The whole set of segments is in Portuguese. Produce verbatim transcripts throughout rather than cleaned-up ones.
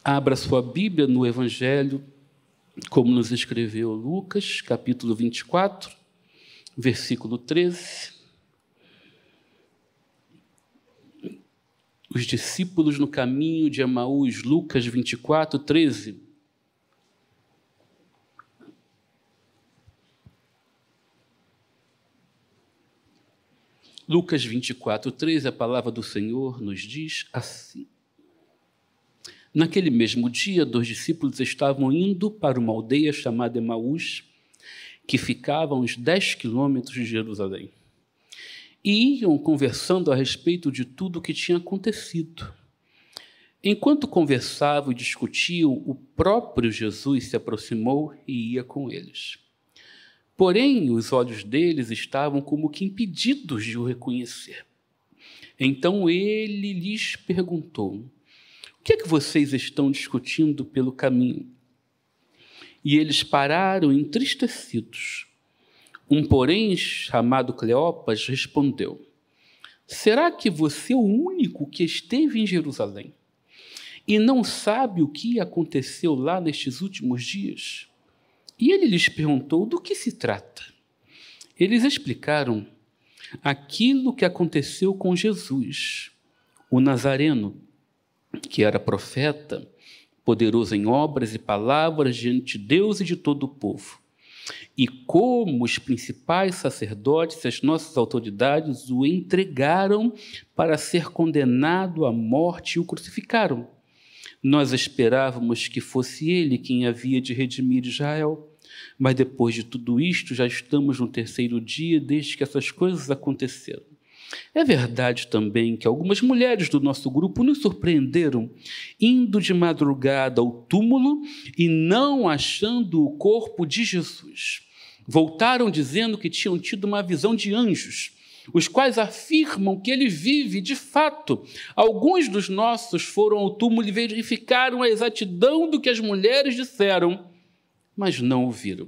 Abra sua Bíblia no Evangelho, como nos escreveu Lucas, capítulo vinte e quatro, versículo treze. Os discípulos no caminho de Emaús, Lucas vinte e quatro, treze. Lucas vinte e quatro, treze, a palavra do Senhor nos diz assim: Naquele mesmo dia, dois discípulos estavam indo para uma aldeia chamada Emaús, que ficava a uns dez quilômetros de Jerusalém. E iam conversando a respeito de tudo o que tinha acontecido. Enquanto conversavam e discutiam, o próprio Jesus se aproximou e ia com eles. Porém, os olhos deles estavam como que impedidos de o reconhecer. Então ele lhes perguntou: O que é que vocês estão discutindo pelo caminho? E eles pararam entristecidos. Um, porém, chamado Cleopas, respondeu: Será que você é o único que esteve em Jerusalém e não sabe o que aconteceu lá nestes últimos dias? E ele lhes perguntou: do que se trata? Eles explicaram aquilo que aconteceu com Jesus, o Nazareno, que era profeta, poderoso em obras e palavras diante de Deus e de todo o povo. E como os principais sacerdotes e as nossas autoridades o entregaram para ser condenado à morte e o crucificaram. Nós esperávamos que fosse ele quem havia de redimir Israel, mas depois de tudo isto já estamos no terceiro dia desde que essas coisas aconteceram. É verdade também que algumas mulheres do nosso grupo nos surpreenderam, indo de madrugada ao túmulo e não achando o corpo de Jesus. Voltaram dizendo que tinham tido uma visão de anjos, os quais afirmam que ele vive de fato. Alguns dos nossos foram ao túmulo e verificaram a exatidão do que as mulheres disseram, mas não o viram.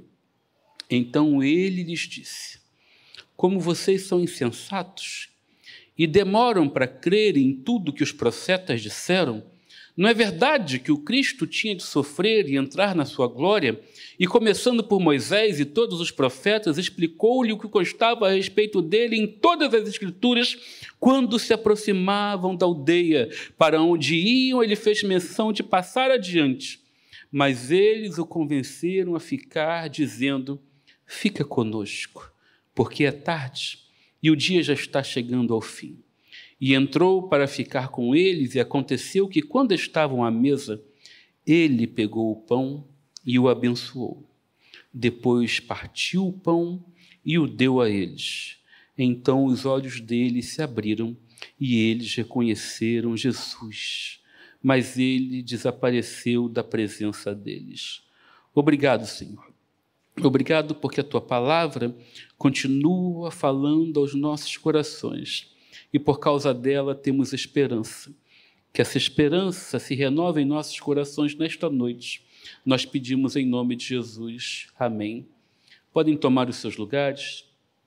Então ele lhes disse: Como vocês são insensatos e demoram para crer em tudo que os profetas disseram, não é verdade que o Cristo tinha de sofrer e entrar na sua glória? E, começando por Moisés e todos os profetas, explicou-lhe o que constava a respeito dele em todas as Escrituras. Quando se aproximavam da aldeia para onde iam, ele fez menção de passar adiante. Mas eles o convenceram a ficar, dizendo: Fica conosco, porque é tarde e o dia já está chegando ao fim. E entrou para ficar com eles, e aconteceu que, quando estavam à mesa, ele pegou o pão e o abençoou. Depois partiu o pão e o deu a eles. Então os olhos deles se abriram e eles reconheceram Jesus. Mas ele desapareceu da presença deles. Obrigado, Senhor. Obrigado porque a tua palavra continua falando aos nossos corações. E por causa dela temos esperança. Que essa esperança se renove em nossos corações nesta noite. Nós pedimos em nome de Jesus. Amém. Podem tomar os seus lugares.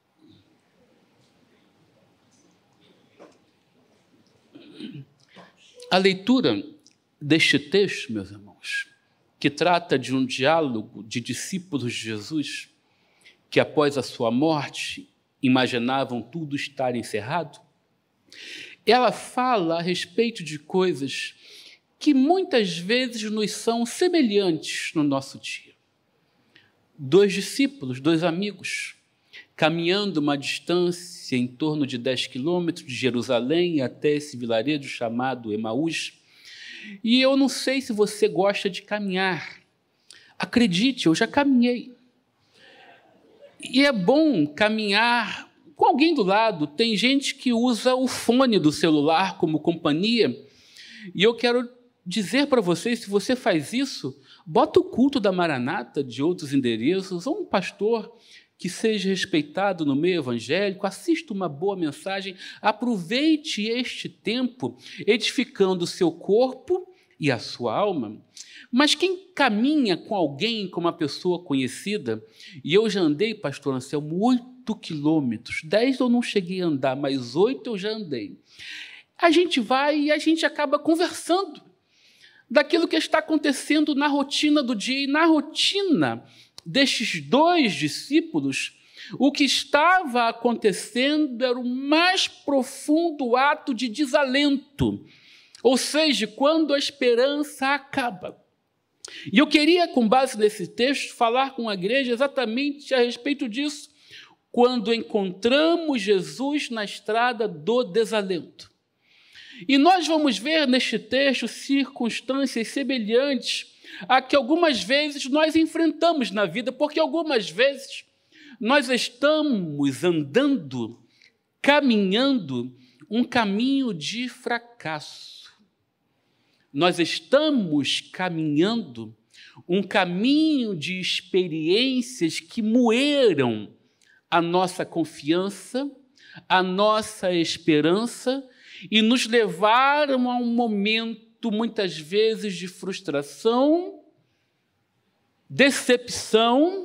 A leitura deste texto, meus irmãos, que trata de um diálogo de discípulos de Jesus, que após a sua morte imaginavam tudo estar encerrado, ela fala a respeito de coisas que muitas vezes nos são semelhantes no nosso dia. Dois discípulos, dois amigos, caminhando uma distância em torno de dez quilômetros de Jerusalém até esse vilarejo chamado Emaús. E eu não sei se você gosta de caminhar. Acredite, eu já caminhei. E é bom caminhar com alguém do lado. Tem gente que usa o fone do celular como companhia. E eu quero dizer para vocês, se você faz isso, bota o culto da Maranata de outros endereços, ou um pastor que seja respeitado no meio evangélico, assista uma boa mensagem, aproveite este tempo edificando o seu corpo e a sua alma. Mas quem caminha com alguém, com uma pessoa conhecida, e eu já andei, pastor Anselmo, oito quilômetros, dez eu não cheguei a andar, mas oito eu já andei. A gente vai e a gente acaba conversando. daquilo que está acontecendo na rotina do dia. E na rotina destes dois discípulos, o que estava acontecendo era o mais profundo ato de desalento, ou seja, quando a esperança acaba. E eu queria, com base nesse texto, falar com a igreja exatamente a respeito disso, quando encontramos Jesus na estrada do desalento. E nós vamos ver neste texto circunstâncias semelhantes a que algumas vezes nós enfrentamos na vida, porque algumas vezes nós estamos andando, caminhando um caminho de fracasso. Nós estamos caminhando um caminho de experiências que moeram a nossa confiança, a nossa esperança e nos levaram a um momento, muitas vezes, de frustração, decepção,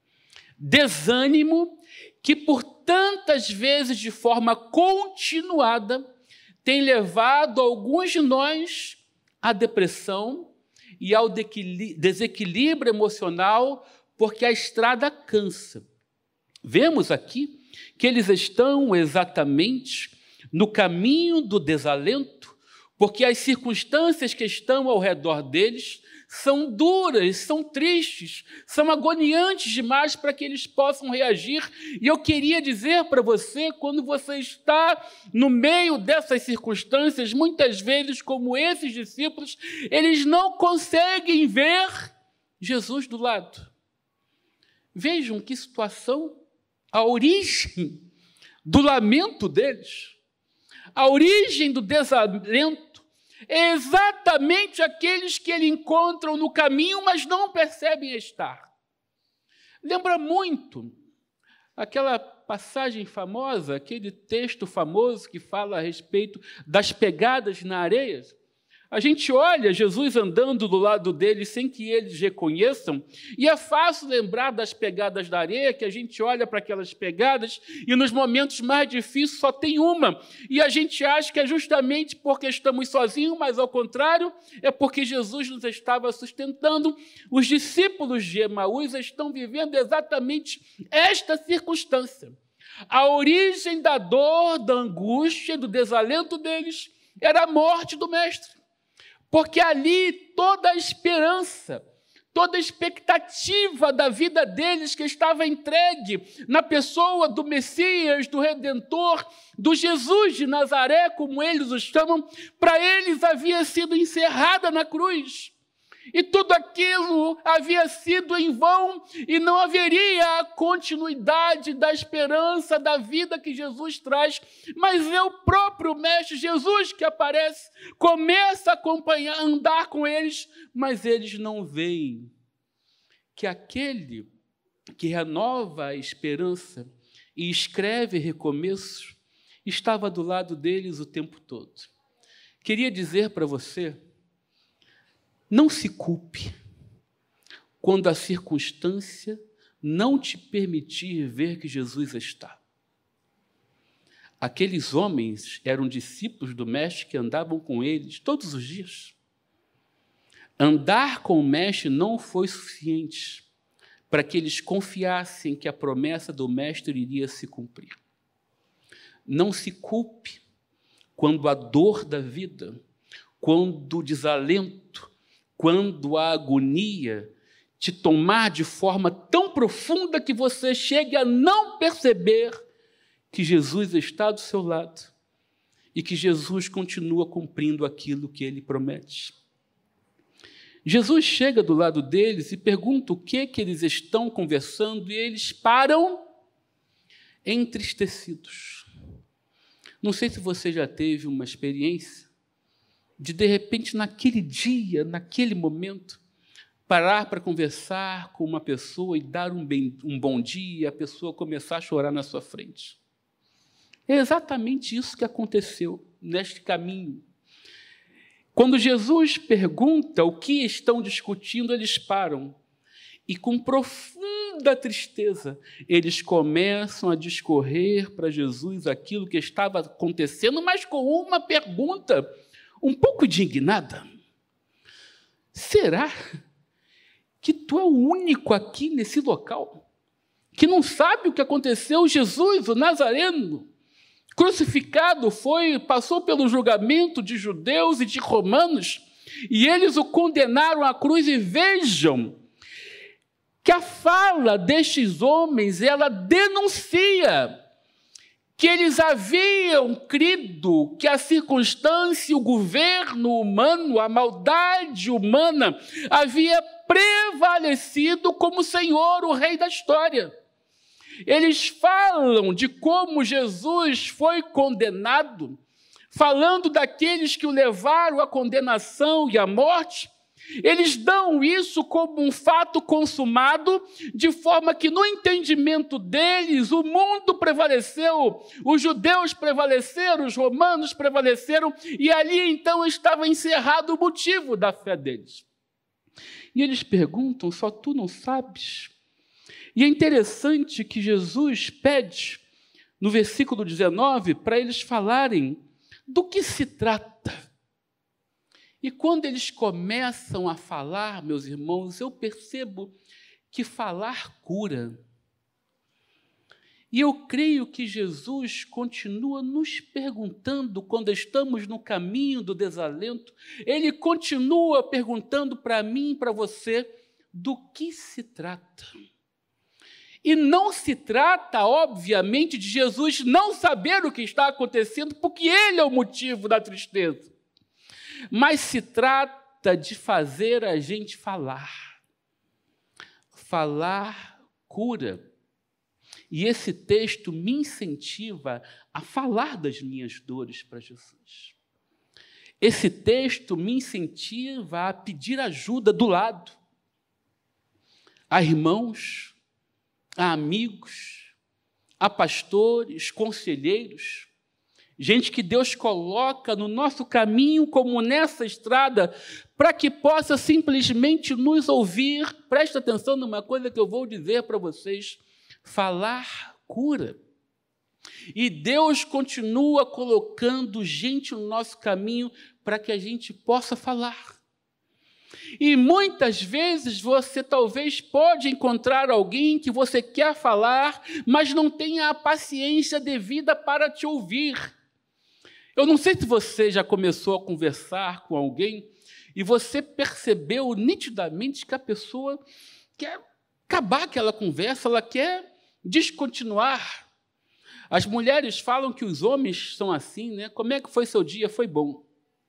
desânimo, que por tantas vezes, de forma continuada, tem levado alguns de nós à depressão e ao desequilíbrio emocional, porque a estrada cansa. Vemos aqui que eles estão exatamente no caminho do desalento, porque as circunstâncias que estão ao redor deles são duras, são tristes, são agoniantes demais para que eles possam reagir. E eu queria dizer para você, quando você está no meio dessas circunstâncias, muitas vezes, como esses discípulos, eles não conseguem ver Jesus do lado. Vejam que situação, a origem do lamento deles, a origem do desalento, é exatamente aqueles que ele encontram no caminho, mas não percebem estar. Lembra muito aquela passagem famosa, aquele texto famoso que fala a respeito das pegadas na areia? A gente olha Jesus andando do lado deles sem que eles reconheçam, e é fácil lembrar das pegadas da areia, que a gente olha para aquelas pegadas e nos momentos mais difíceis só tem uma, e a gente acha que é justamente porque estamos sozinhos, mas ao contrário, é porque Jesus nos estava sustentando. Os discípulos de Emaús estão vivendo exatamente esta circunstância. A origem da dor, da angústia, do desalento deles era a morte do Mestre. Porque ali toda a esperança, toda a expectativa da vida deles que estava entregue na pessoa do Messias, do Redentor, do Jesus de Nazaré, como eles o chamam, para eles havia sido encerrada na cruz. E tudo aquilo havia sido em vão e não haveria a continuidade da esperança da vida que Jesus traz. Mas é o próprio Mestre Jesus que aparece, começa a acompanhar, a andar com eles, mas eles não veem que aquele que renova a esperança e escreve recomeços estava do lado deles o tempo todo. Queria dizer para você, não se culpe quando a circunstância não te permitir ver que Jesus está. Aqueles homens eram discípulos do Mestre que andavam com eles todos os dias. Andar com o Mestre não foi suficiente para que eles confiassem que a promessa do Mestre iria se cumprir. Não se culpe quando a dor da vida, quando o desalento, quando a agonia te tomar de forma tão profunda que você chegue a não perceber que Jesus está do seu lado e que Jesus continua cumprindo aquilo que ele promete. Jesus chega do lado deles e pergunta o que, que eles estão conversando, e eles param entristecidos. Não sei se você já teve uma experiência de, de repente, naquele dia, naquele momento, parar para conversar com uma pessoa e dar um, bem, um bom dia, e a pessoa começar a chorar na sua frente. É exatamente isso que aconteceu neste caminho. Quando Jesus pergunta o que estão discutindo, eles param. E com profunda tristeza, eles começam a discorrer para Jesus aquilo que estava acontecendo, mas com uma pergunta um pouco indignada. será que tu é o único aqui nesse local que não sabe o que aconteceu? Jesus, o Nazareno, crucificado, foi, passou pelo julgamento de judeus e de romanos, e eles o condenaram à cruz. E vejam que a fala destes homens, ela denuncia que eles haviam crido que a circunstância, o governo humano, a maldade humana havia prevalecido como Senhor, o Rei da história. Eles falam de como Jesus foi condenado, falando daqueles que o levaram à condenação e à morte. Eles dão isso como um fato consumado, de forma que, no entendimento deles, o mundo prevaleceu, os judeus prevaleceram, os romanos prevaleceram, e ali então estava encerrado o motivo da fé deles. E eles perguntam: só tu não sabes? E é interessante que Jesus pede, no versículo dezenove, para eles falarem do que se trata. E quando eles começam a falar, meus irmãos, eu percebo que falar cura. E eu creio que Jesus continua nos perguntando, quando estamos no caminho do desalento, Ele continua perguntando para mim e para você do que se trata. E não se trata, obviamente, de Jesus não saber o que está acontecendo, porque Ele é o motivo da tristeza. Mas se trata de fazer a gente falar. Falar cura. E esse texto me incentiva a falar das minhas dores para Jesus. Esse texto me incentiva a pedir ajuda do lado, a irmãos, a amigos, a pastores, conselheiros, gente que Deus coloca no nosso caminho, como nessa estrada, para que possa simplesmente nos ouvir. Presta atenção numa coisa que eu vou dizer para vocês: falar cura. E Deus continua colocando gente no nosso caminho para que a gente possa falar. E muitas vezes você talvez pode encontrar alguém que você quer falar, mas não tenha a paciência devida para te ouvir. Eu não sei se você já começou a conversar com alguém e você percebeu nitidamente que a pessoa quer acabar aquela conversa, ela quer descontinuar. As mulheres falam que os homens são assim, né? Como é que foi seu dia? Foi bom.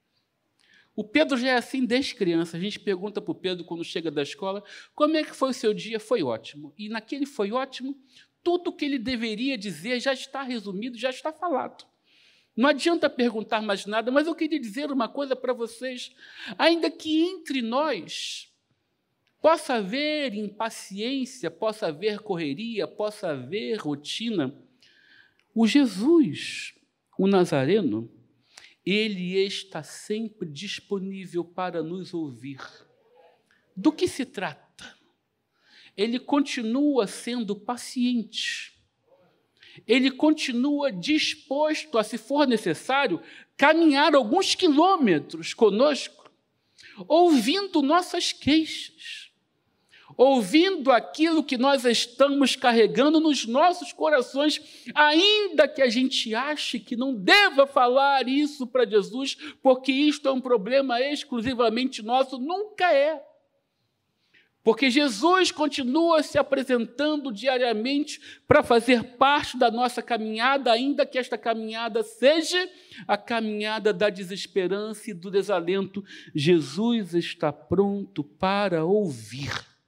O Pedro já é assim desde criança. A gente pergunta para o Pedro, quando chega da escola, como é que foi o seu dia? Foi ótimo. E naquele foi ótimo, tudo o que ele deveria dizer já está resumido, já está falado. Não adianta perguntar mais nada, mas eu queria dizer uma coisa para vocês. Ainda que entre nós possa haver impaciência, possa haver correria, possa haver rotina, o Jesus, o Nazareno, Ele está sempre disponível para nos ouvir. Do que se trata? Ele continua sendo paciente. Ele continua disposto a, se for necessário, caminhar alguns quilômetros conosco, ouvindo nossas queixas, ouvindo aquilo que nós estamos carregando nos nossos corações, ainda que a gente ache que não deva falar isso para Jesus, porque isto é um problema exclusivamente nosso. Nunca é. Porque Jesus continua se apresentando diariamente para fazer parte da nossa caminhada, ainda que esta caminhada seja a caminhada da desesperança e do desalento. Jesus está pronto para ouvir.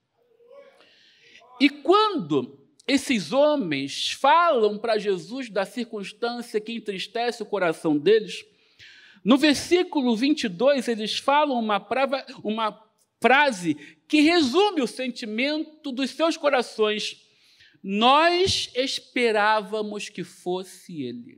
E quando esses homens falam para Jesus da circunstância que entristece o coração deles, no versículo vinte e dois, eles falam uma, prava, uma frase que resume o sentimento dos seus corações: nós esperávamos que fosse ele.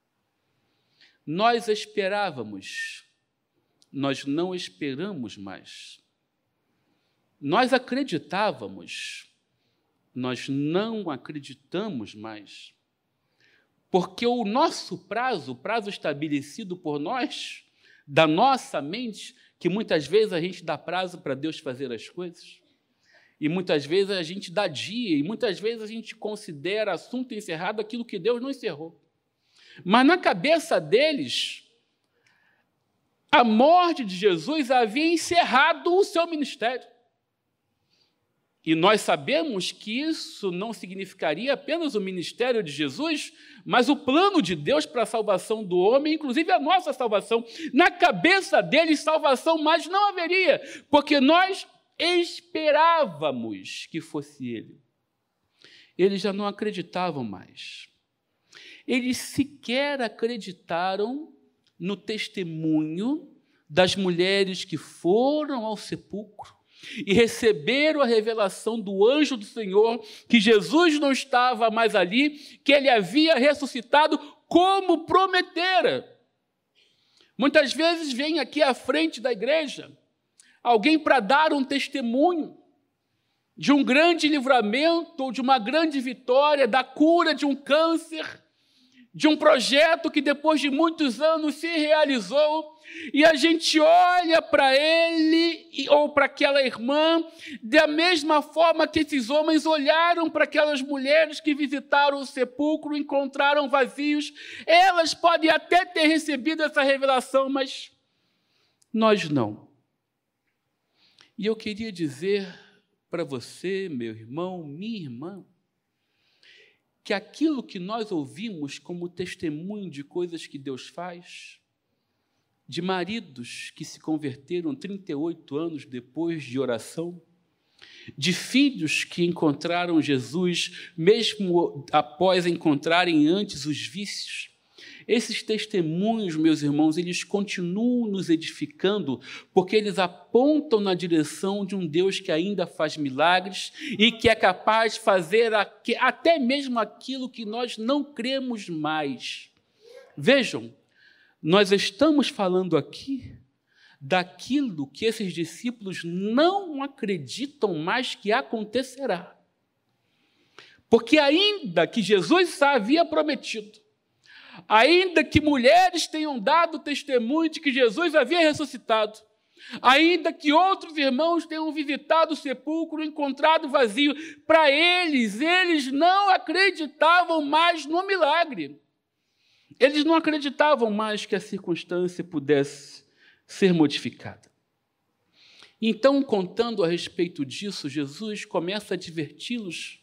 Nós esperávamos, nós não esperamos mais. Nós acreditávamos, nós não acreditamos mais. Porque o nosso prazo, o prazo estabelecido por nós, da nossa mente, que muitas vezes a gente dá prazo para Deus fazer as coisas, e muitas vezes a gente dá dia, e muitas vezes a gente considera assunto encerrado aquilo que Deus não encerrou. Mas na cabeça deles, a morte de Jesus havia encerrado o seu ministério. E nós sabemos que isso não significaria apenas o ministério de Jesus, mas o plano de Deus para a salvação do homem, inclusive a nossa salvação. Na cabeça deles, salvação mais não haveria, porque nós esperávamos que fosse Ele. Eles já não acreditavam mais. Eles sequer acreditaram no testemunho das mulheres que foram ao sepulcro e receberam a revelação do anjo do Senhor, que Jesus não estava mais ali, que Ele havia ressuscitado como prometera. Muitas vezes vem aqui à frente da igreja alguém para dar um testemunho de um grande livramento, ou de uma grande vitória, da cura de um câncer, de um projeto que depois de muitos anos se realizou, e a gente olha para ele ou para aquela irmã da mesma forma que esses homens olharam para aquelas mulheres que visitaram o sepulcro e encontraram vazios. Elas podem até ter recebido essa revelação, mas nós não. E eu queria dizer para você, meu irmão, minha irmã, que aquilo que nós ouvimos como testemunho de coisas que Deus faz, de maridos que se converteram trinta e oito anos depois de oração, de filhos que encontraram Jesus mesmo após encontrarem antes os vícios, esses testemunhos, meus irmãos, eles continuam nos edificando, porque eles apontam na direção de um Deus que ainda faz milagres e que é capaz de fazer até mesmo aquilo que nós não cremos mais. Vejam, nós estamos falando aqui daquilo que esses discípulos não acreditam mais que acontecerá. Porque ainda que Jesus havia prometido, ainda que mulheres tenham dado testemunho de que Jesus havia ressuscitado, ainda que outros irmãos tenham visitado o sepulcro, encontrado vazio, para eles, eles não acreditavam mais no milagre. Eles não acreditavam mais que a circunstância pudesse ser modificada. Então, contando a respeito disso, Jesus começa a adverti-los.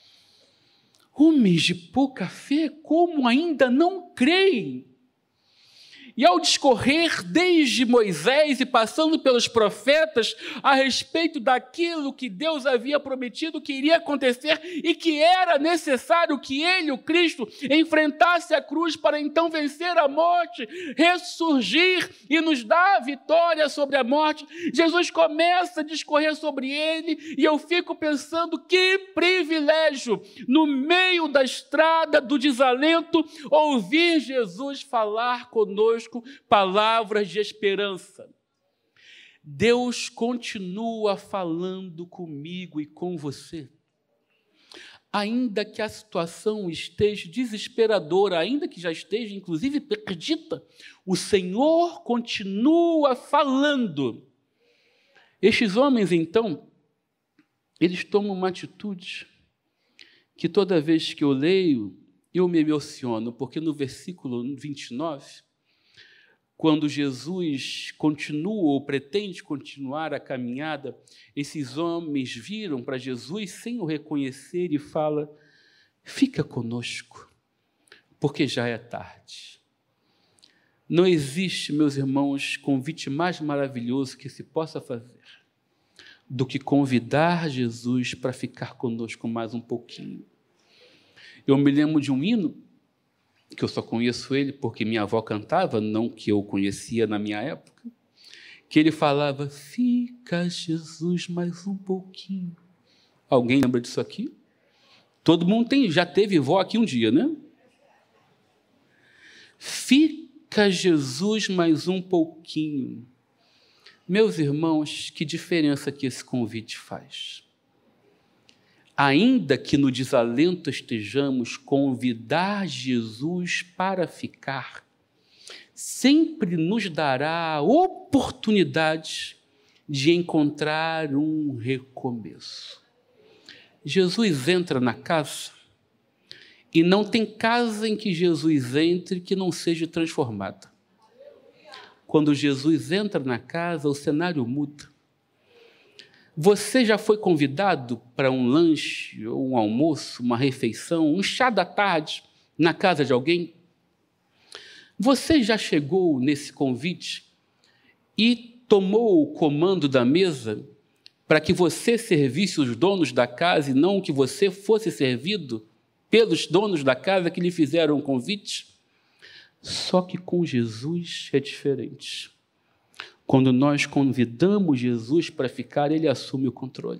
Homens de pouca fé, como ainda não creem? E ao discorrer desde Moisés e passando pelos profetas a respeito daquilo que Deus havia prometido que iria acontecer e que era necessário que ele, o Cristo, enfrentasse a cruz para então vencer a morte, ressurgir e nos dar a vitória sobre a morte, Jesus começa a discorrer sobre ele e eu fico pensando que privilégio, no meio da estrada do desalento, ouvir Jesus falar conosco palavras de esperança. Deus continua falando comigo e com você. Ainda que a situação esteja desesperadora, ainda que já esteja, inclusive, perdida, o Senhor continua falando. Estes homens, então, eles tomam uma atitude que toda vez que eu leio, eu me emociono, porque no versículo vinte e nove, quando Jesus continua ou pretende continuar a caminhada, esses homens viram para Jesus sem o reconhecer e fala: fica conosco, porque já é tarde. Não existe, meus irmãos, convite mais maravilhoso que se possa fazer do que convidar Jesus para ficar conosco mais um pouquinho. Eu me lembro de um hino, que eu só conheço ele porque minha avó cantava, não que eu conhecia na minha época, que ele falava: fica, Jesus, mais um pouquinho. Alguém lembra disso aqui? Todo mundo tem, já teve vó aqui um dia, né? Fica, Jesus, mais um pouquinho. Meus irmãos, que diferença que esse convite faz. Ainda que no desalento estejamos, convidar Jesus para ficar sempre nos dará a oportunidade de encontrar um recomeço. Jesus entra na casa e não tem casa em que Jesus entre que não seja transformada. Quando Jesus entra na casa, o cenário muda. Você já foi convidado para um lanche, ou um almoço, uma refeição, um chá da tarde na casa de alguém? Você já chegou nesse convite e tomou o comando da mesa para que você servisse os donos da casa e não que você fosse servido pelos donos da casa que lhe fizeram o convite? Só que com Jesus é diferente. Quando nós convidamos Jesus para ficar, ele assume o controle.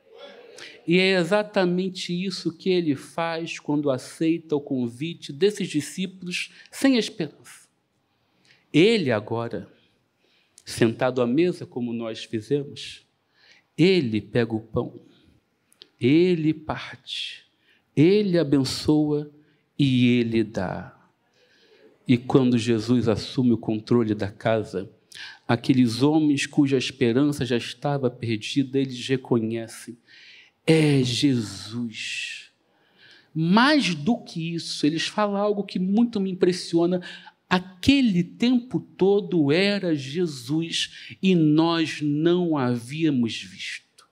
E é exatamente isso que ele faz quando aceita o convite desses discípulos sem esperança. Ele agora, sentado à mesa como nós fizemos, ele pega o pão, ele parte, ele abençoa e ele dá. E quando Jesus assume o controle da casa, aqueles homens cuja esperança já estava perdida, eles reconhecem, é Jesus. Mais do que isso, eles falam algo que muito me impressiona. Aquele tempo todo era Jesus e nós não havíamos visto.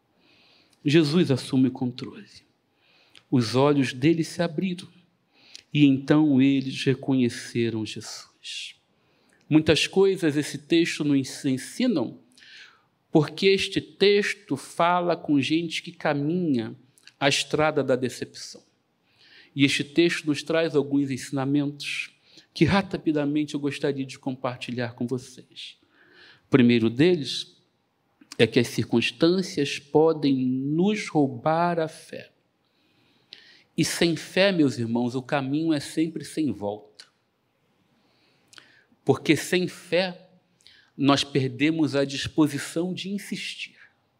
Jesus assume o controle. Os olhos deles se abriram e então eles reconheceram Jesus. Muitas coisas esse texto nos ensinam, porque este texto fala com gente que caminha a estrada da decepção. E este texto nos traz alguns ensinamentos que rapidamente eu gostaria de compartilhar com vocês. O primeiro deles é que as circunstâncias podem nos roubar a fé. E sem fé, meus irmãos, o caminho é sempre sem volta. Porque sem fé, nós perdemos a disposição de insistir.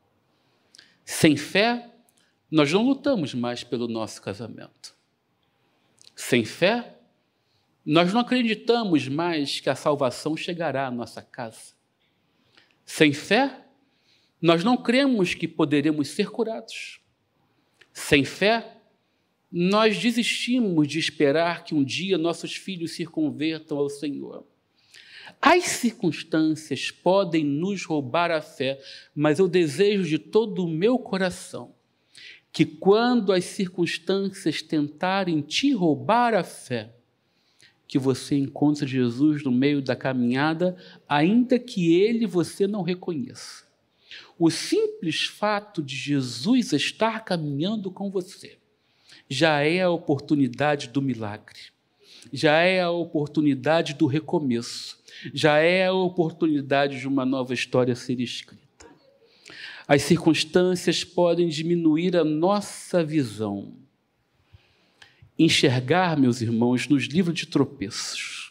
Sem fé, nós não lutamos mais pelo nosso casamento. Sem fé, nós não acreditamos mais que a salvação chegará à nossa casa. Sem fé, nós não cremos que poderemos ser curados. Sem fé, nós desistimos de esperar que um dia nossos filhos se convertam ao Senhor. As circunstâncias podem nos roubar a fé, mas eu desejo de todo o meu coração que quando as circunstâncias tentarem te roubar a fé, que você encontre Jesus no meio da caminhada, ainda que ele você não reconheça. O simples fato de Jesus estar caminhando com você já é a oportunidade do milagre, já é a oportunidade do recomeço, já é a oportunidade de uma nova história ser escrita. As circunstâncias podem diminuir a nossa visão. Enxergar, meus irmãos, nos livros de tropeços.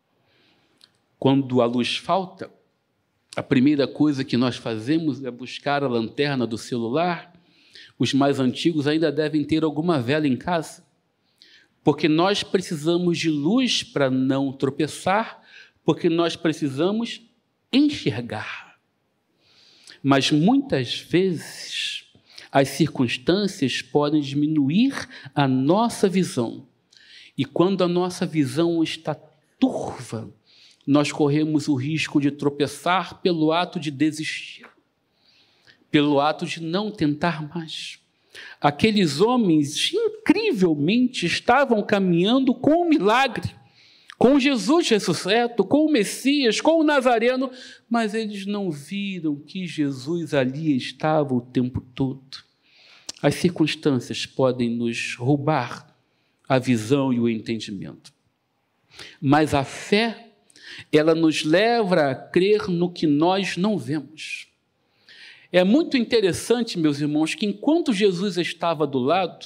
Quando a luz falta, a primeira coisa que nós fazemos é buscar a lanterna do celular. Os mais antigos ainda devem ter alguma vela em casa, porque nós precisamos de luz para não tropeçar, porque nós precisamos enxergar. Mas muitas vezes as circunstâncias podem diminuir a nossa visão. E quando a nossa visão está turva, nós corremos o risco de tropeçar pelo ato de desistir, pelo ato de não tentar mais. Aqueles homens, incrivelmente, estavam caminhando com o milagre, com Jesus ressuscito, com o Messias, com o Nazareno, mas eles não viram que Jesus ali estava o tempo todo. As circunstâncias podem nos roubar a visão e o entendimento. Mas a fé, ela nos leva a crer no que nós não vemos. É muito interessante, meus irmãos, que enquanto Jesus estava do lado,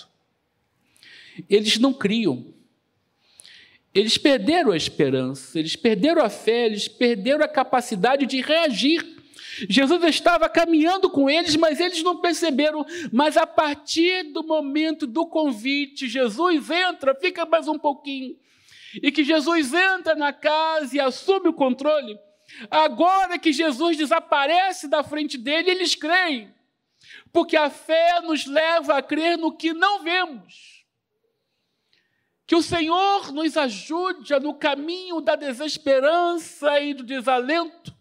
eles não criam. Eles perderam a esperança, eles perderam a fé, eles perderam a capacidade de reagir. Jesus estava caminhando com eles, mas eles não perceberam. Mas a partir do momento do convite, Jesus entra, fica mais um pouquinho. e que Jesus entra na casa e assume o controle, agora que Jesus desaparece da frente dele, eles creem, porque a fé nos leva a crer no que não vemos. Que o Senhor nos ajude no caminho da desesperança e do desalento,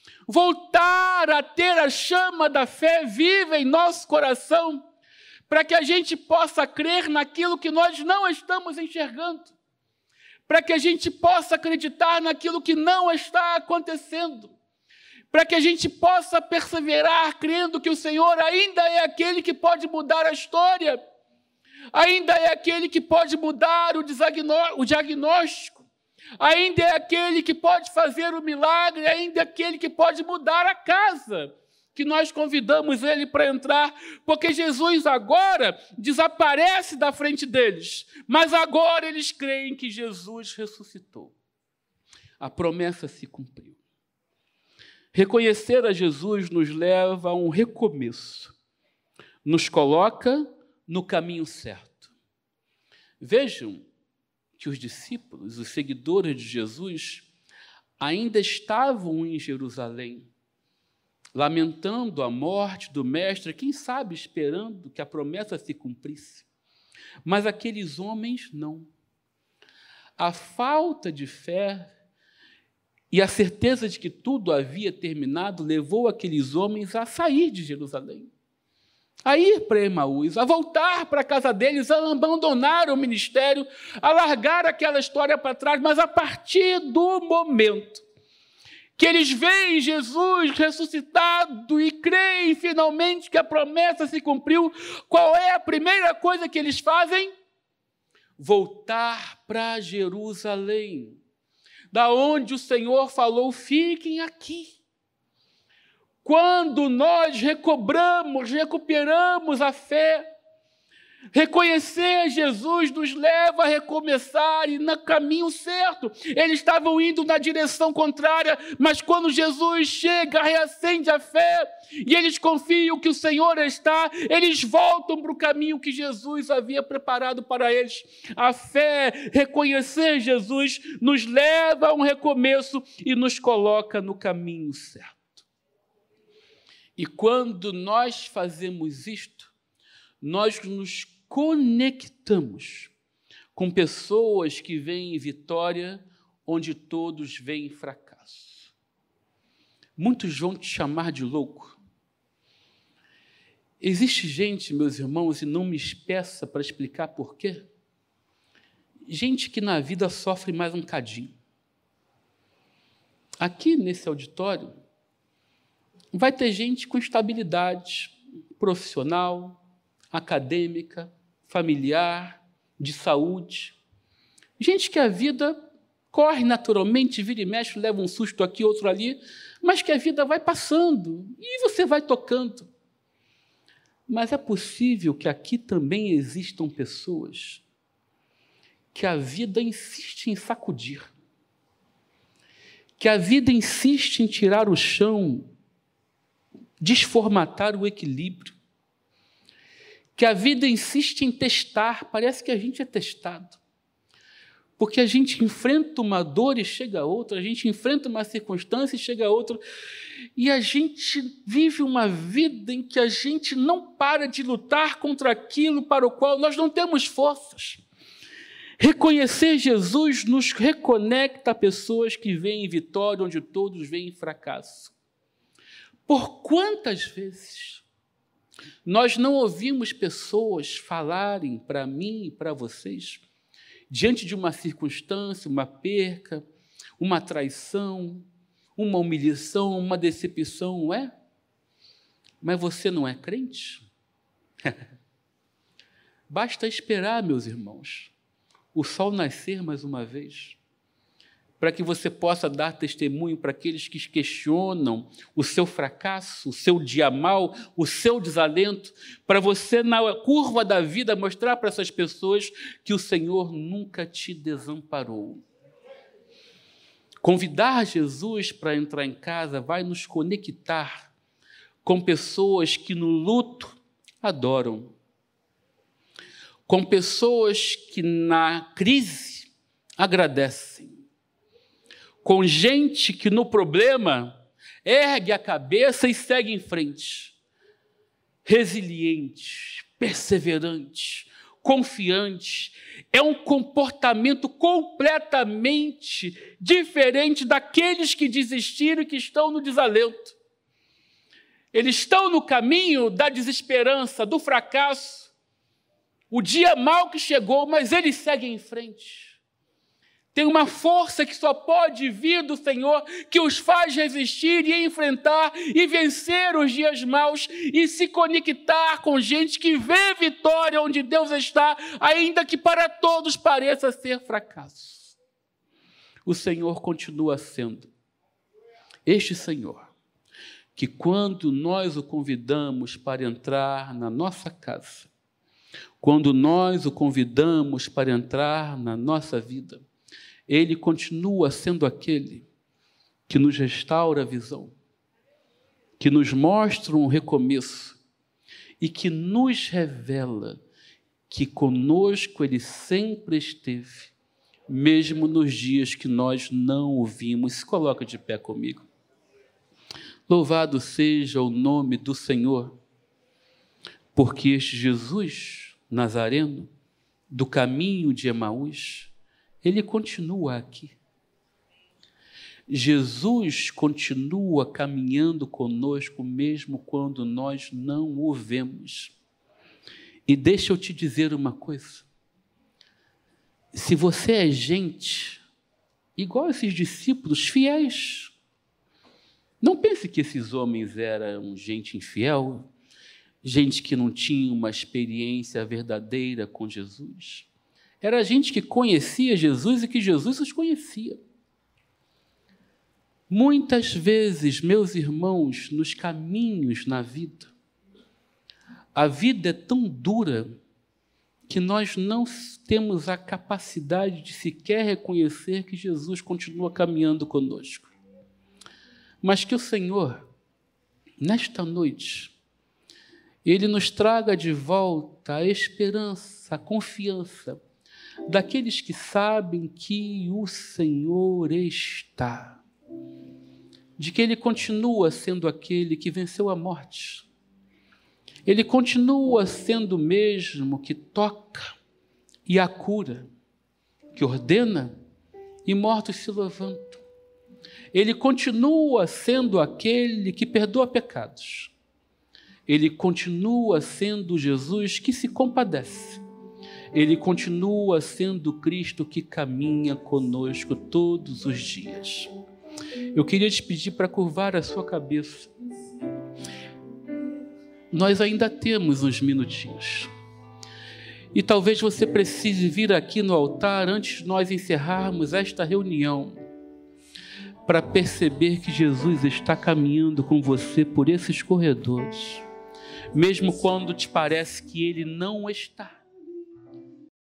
voltar a ter a chama da fé viva em nosso coração, para que a gente possa crer naquilo que nós não estamos enxergando, para que a gente possa acreditar naquilo que não está acontecendo, para que a gente possa perseverar crendo que o Senhor ainda é aquele que pode mudar a história, ainda é aquele que pode mudar o diagnóstico, ainda é aquele que pode fazer o milagre, ainda é aquele que pode mudar a casa que nós convidamos ele para entrar, porque Jesus agora desaparece da frente deles, mas agora eles creem que Jesus ressuscitou. A promessa se cumpriu. Reconhecer a Jesus nos leva a um recomeço, nos coloca no caminho certo. Vejam que os discípulos, os seguidores de Jesus, ainda estavam em Jerusalém, lamentando a morte do Mestre, quem sabe esperando que a promessa se cumprisse. Mas aqueles homens não. A falta de fé e a certeza de que tudo havia terminado levou aqueles homens a sair de Jerusalém, a ir para Emaús, a voltar para a casa deles, a abandonar o ministério, a largar aquela história para trás, mas a partir do momento que eles veem Jesus ressuscitado e creem finalmente que a promessa se cumpriu, qual é a primeira coisa que eles fazem? Voltar para Jerusalém, da onde o Senhor falou, fiquem aqui. Quando nós recobramos, recuperamos a fé, reconhecer Jesus nos leva a recomeçar e no caminho certo. Eles estavam indo na direção contrária, mas quando Jesus chega, reacende a fé e eles confiam que o Senhor está, eles voltam para o caminho que Jesus havia preparado para eles. A fé, reconhecer Jesus, nos leva a um recomeço e nos coloca no caminho certo. E quando nós fazemos isto, nós nos conectamos com pessoas que veem vitória onde todos veem fracasso. Muitos vão te chamar de louco. Existe gente, meus irmãos, e não me peça para explicar por quê, gente que na vida sofre mais um cadinho. Aqui nesse auditório, vai ter gente com estabilidade profissional, acadêmica, familiar, de saúde. Gente que a vida corre naturalmente, vira e mexe, leva um susto aqui, outro ali, mas que a vida vai passando e você vai tocando. Mas é possível que aqui também existam pessoas que a vida insiste em sacudir, que a vida insiste em tirar o chão, desformatar o equilíbrio, que a vida insiste em testar, parece que a gente é testado, porque a gente enfrenta uma dor e chega a outra, a gente enfrenta uma circunstância e chega a outra, e a gente vive uma vida em que a gente não para de lutar contra aquilo para o qual nós não temos forças. Reconhecer Jesus nos reconecta a pessoas que veem vitória onde todos veem fracasso. Por quantas vezes nós não ouvimos pessoas falarem para mim e para vocês, diante de uma circunstância, uma perca, uma traição, uma humilhação, uma decepção, não é? Mas você não é crente? Basta esperar, meus irmãos, o sol nascer mais uma vez, para que você possa dar testemunho para aqueles que questionam o seu fracasso, o seu dia mal, o seu desalento, para você, na curva da vida, mostrar para essas pessoas que o Senhor nunca te desamparou. Convidar Jesus para entrar em casa vai nos conectar com pessoas que no luto adoram, com pessoas que na crise agradecem. Com gente que no problema ergue a cabeça e segue em frente. Resilientes, perseverantes, confiantes. É um comportamento completamente diferente daqueles que desistiram e que estão no desalento. Eles estão no caminho da desesperança, do fracasso. O dia mau que chegou, mas eles seguem em frente. Tem uma força que só pode vir do Senhor, que os faz resistir e enfrentar e vencer os dias maus e se conectar com gente que vê vitória onde Deus está, ainda que para todos pareça ser fracasso. O Senhor continua sendo este Senhor, que quando nós o convidamos para entrar na nossa casa, quando nós o convidamos para entrar na nossa vida, Ele continua sendo aquele que nos restaura a visão, que nos mostra um recomeço e que nos revela que conosco Ele sempre esteve, mesmo nos dias que nós não o vimos. Se coloca de pé comigo. Louvado seja o nome do Senhor, porque este Jesus Nazareno, do caminho de Emaús, Ele continua aqui. Jesus continua caminhando conosco, mesmo quando nós não o vemos. E deixa eu te dizer uma coisa. Se você é gente, igual esses discípulos fiéis, não pense que esses homens eram gente infiel, gente que não tinha uma experiência verdadeira com Jesus. Era gente que conhecia Jesus e que Jesus os conhecia. Muitas vezes, meus irmãos, nos caminhos na vida, a vida é tão dura que nós não temos a capacidade de sequer reconhecer que Jesus continua caminhando conosco. Mas que o Senhor, nesta noite, Ele nos traga de volta a esperança, a confiança daqueles que sabem que o Senhor está, de que Ele continua sendo aquele que venceu a morte. Ele continua sendo o mesmo que toca e a cura, que ordena e mortos se levantam. Ele continua sendo aquele que perdoa pecados. Ele continua sendo Jesus que se compadece. Ele continua sendo Cristo que caminha conosco todos os dias. Eu queria te pedir para curvar a sua cabeça. Nós ainda temos uns minutinhos. E talvez você precise vir aqui no altar antes de nós encerrarmos esta reunião, para perceber que Jesus está caminhando com você por esses corredores, mesmo quando te parece que Ele não está.